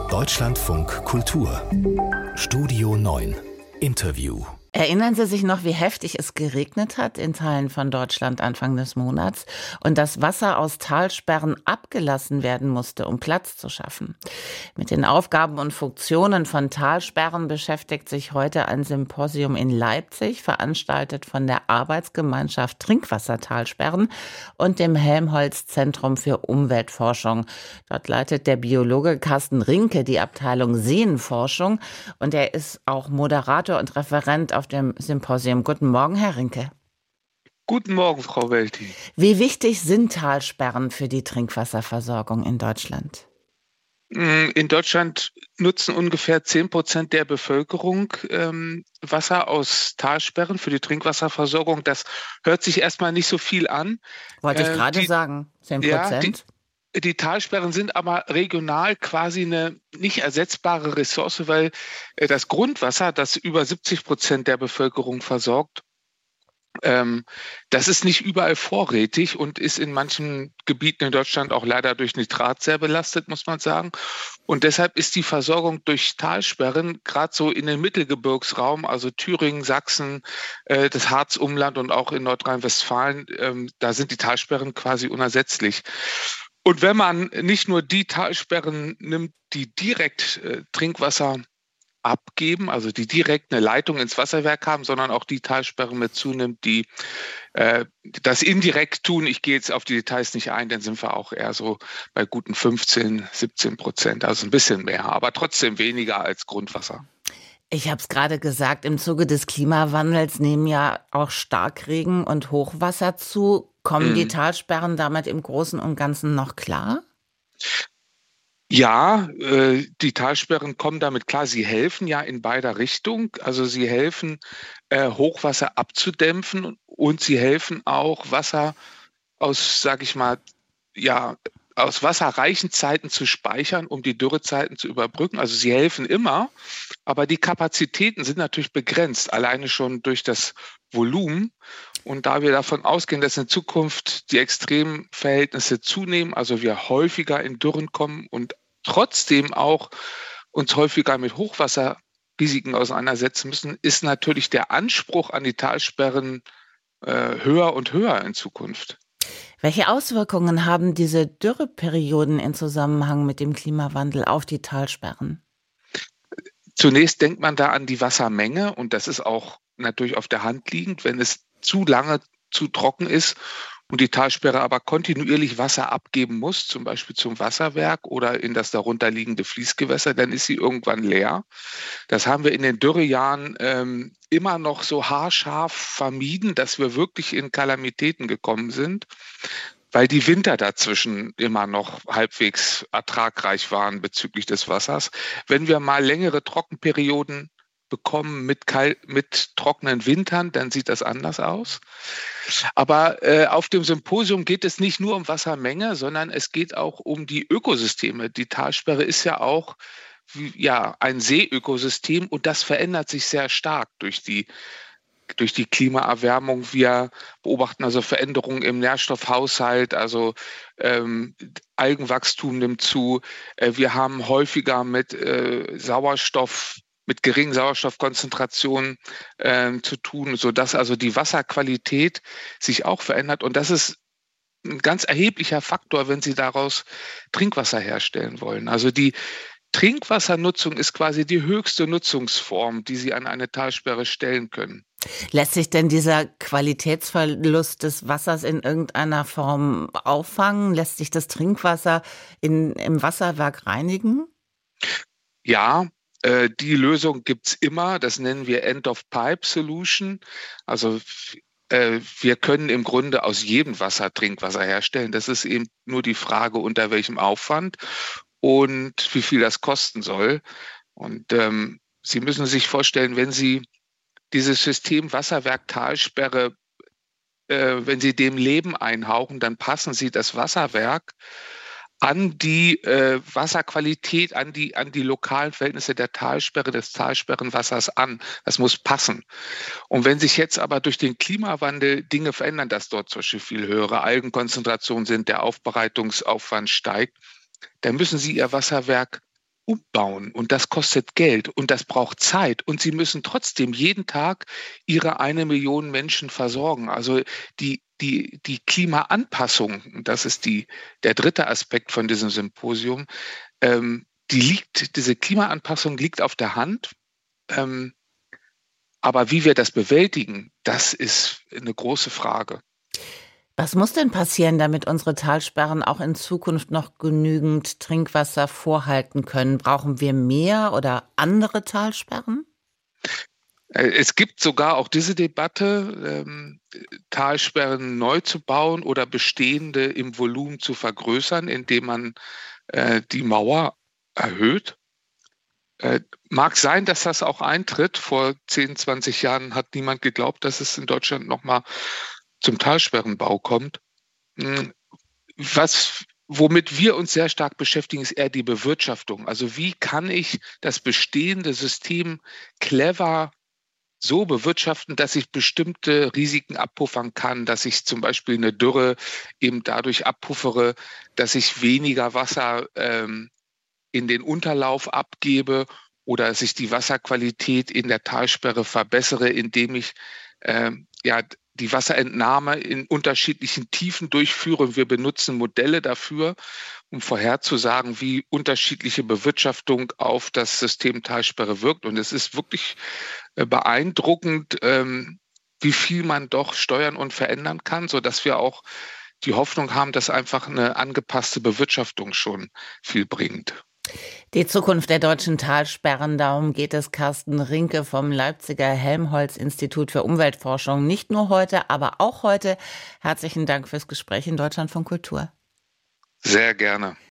Deutschlandfunk Kultur Studio 9 Interview. Erinnern Sie sich noch, wie heftig es geregnet hat in Teilen von Deutschland Anfang des Monats und das Wasser aus Talsperren abgelassen werden musste, um Platz zu schaffen? Mit den Aufgaben und Funktionen von Talsperren beschäftigt sich heute ein Symposium in Leipzig, veranstaltet von der Arbeitsgemeinschaft Trinkwassertalsperren und dem Helmholtz-Zentrum für Umweltforschung. Dort leitet der Biologe Carsten Rinke die Abteilung Seenforschung und er ist auch Moderator und Referent auf dem Symposium. Guten Morgen, Herr Rinke. Guten Morgen, Frau Welti. Wie wichtig sind Talsperren für die Trinkwasserversorgung in Deutschland? In Deutschland nutzen ungefähr 10% der Bevölkerung Wasser aus Talsperren für die Trinkwasserversorgung. Das hört sich erstmal nicht so viel an. Wollte ich gerade sagen, 10%. Ja, die Talsperren sind aber regional quasi eine nicht ersetzbare Ressource, weil das Grundwasser, das über 70% der Bevölkerung versorgt, das ist nicht überall vorrätig und ist in manchen Gebieten in Deutschland auch leider durch Nitrat sehr belastet, muss man sagen. Und deshalb ist die Versorgung durch Talsperren gerade so in den Mittelgebirgsraum, also Thüringen, Sachsen, das Harzumland und auch in Nordrhein-Westfalen, da sind die Talsperren quasi unersetzlich. Und wenn man nicht nur die Talsperren nimmt, die direkt Trinkwasser abgeben, also die direkt eine Leitung ins Wasserwerk haben, sondern auch die Talsperren mit zunimmt, die das indirekt tun. Ich gehe jetzt auf die Details nicht ein, dann sind wir auch eher so bei guten 15-17%, also ein bisschen mehr, aber trotzdem weniger als Grundwasser. Ich habe es gerade gesagt, im Zuge des Klimawandels nehmen ja auch Starkregen und Hochwasser zu. Kommen die Talsperren damit im Großen und Ganzen noch klar? Ja, die Talsperren kommen damit klar. Sie helfen ja in beider Richtungen. Also sie helfen, Hochwasser abzudämpfen und sie helfen auch, Wasser aus, sage ich mal, ja, aus wasserreichen Zeiten zu speichern, um die Dürrezeiten zu überbrücken. Also sie helfen immer, aber die Kapazitäten sind natürlich begrenzt, alleine schon durch das Volumen. Und da wir davon ausgehen, dass in Zukunft die Extremverhältnisse zunehmen, also wir häufiger in Dürren kommen und trotzdem auch uns häufiger mit Hochwasserrisiken auseinandersetzen müssen, ist natürlich der Anspruch an die Talsperren höher und höher in Zukunft. Welche Auswirkungen haben diese Dürreperioden in Zusammenhang mit dem Klimawandel auf die Talsperren? Zunächst denkt man da an die Wassermenge und das ist auch natürlich auf der Hand liegend. Wenn es zu lange zu trocken ist und die Talsperre aber kontinuierlich Wasser abgeben muss, zum Beispiel zum Wasserwerk oder in das darunterliegende Fließgewässer, dann ist sie irgendwann leer. Das haben wir in den Dürrejahren immer noch so haarscharf vermieden, dass wir wirklich in Kalamitäten gekommen sind, weil die Winter dazwischen immer noch halbwegs ertragreich waren bezüglich des Wassers. Wenn wir mal längere Trockenperioden bekommen mit trockenen Wintern, dann sieht das anders aus. Aber auf dem Symposium geht es nicht nur um Wassermenge, sondern es geht auch um die Ökosysteme. Die Talsperre ist ja auch ein Seeökosystem und das verändert sich sehr stark durch die Klimaerwärmung. Wir beobachten also Veränderungen im Nährstoffhaushalt, also Algenwachstum nimmt zu. Wir haben häufiger mit geringen Sauerstoffkonzentrationen zu tun, sodass also die Wasserqualität sich auch verändert. Und das ist ein ganz erheblicher Faktor, wenn Sie daraus Trinkwasser herstellen wollen. Also die Trinkwassernutzung ist quasi die höchste Nutzungsform, die Sie an eine Talsperre stellen können. Lässt sich denn dieser Qualitätsverlust des Wassers in irgendeiner Form auffangen? Lässt sich das Trinkwasser im Wasserwerk reinigen? Ja, die Lösung gibt's immer. Das nennen wir End-of-Pipe-Solution. Also wir können im Grunde aus jedem Wasser Trinkwasser herstellen. Das ist eben nur die Frage, unter welchem Aufwand und wie viel das kosten soll. Und Sie müssen sich vorstellen, wenn Sie dieses System Wasserwerk Talsperre, wenn Sie dem Leben einhauchen, dann passen Sie das Wasserwerk an die Wasserqualität, an die lokalen Verhältnisse der Talsperre, des Talsperrenwassers an. Das muss passen. Und wenn sich jetzt aber durch den Klimawandel Dinge verändern, dass dort zum Beispiel viel höhere Algenkonzentrationen sind, der Aufbereitungsaufwand steigt, dann müssen Sie Ihr Wasserwerk umbauen und das kostet Geld und das braucht Zeit und sie müssen trotzdem jeden Tag ihre 1 Million Menschen versorgen. Also die Klimaanpassung, das ist der dritte Aspekt von diesem Symposium, diese Klimaanpassung liegt auf der Hand. Aber wie wir das bewältigen, das ist eine große Frage. Was muss denn passieren, damit unsere Talsperren auch in Zukunft noch genügend Trinkwasser vorhalten können? Brauchen wir mehr oder andere Talsperren? Es gibt sogar auch diese Debatte, Talsperren neu zu bauen oder bestehende im Volumen zu vergrößern, indem man die Mauer erhöht. Mag sein, dass das auch eintritt. Vor 10, 20 Jahren hat niemand geglaubt, dass es in Deutschland nochmal zum Talsperrenbau kommt. Womit wir uns sehr stark beschäftigen, ist eher die Bewirtschaftung. Also wie kann ich das bestehende System clever so bewirtschaften, dass ich bestimmte Risiken abpuffern kann, dass ich zum Beispiel eine Dürre eben dadurch abpuffere, dass ich weniger Wasser in den Unterlauf abgebe oder dass ich die Wasserqualität in der Talsperre verbessere, indem ich die Wasserentnahme in unterschiedlichen Tiefen durchführe. Wir benutzen Modelle dafür, um vorherzusagen, wie unterschiedliche Bewirtschaftung auf das System Talsperre wirkt. Und es ist wirklich beeindruckend, wie viel man doch steuern und verändern kann, sodass wir auch die Hoffnung haben, dass einfach eine angepasste Bewirtschaftung schon viel bringt. Die Zukunft der deutschen Talsperren, darum geht es Carsten Rinke vom Leipziger Helmholtz-Institut für Umweltforschung. Nicht nur heute, aber auch heute. Herzlichen Dank fürs Gespräch in Deutschlandfunk Kultur. Sehr gerne.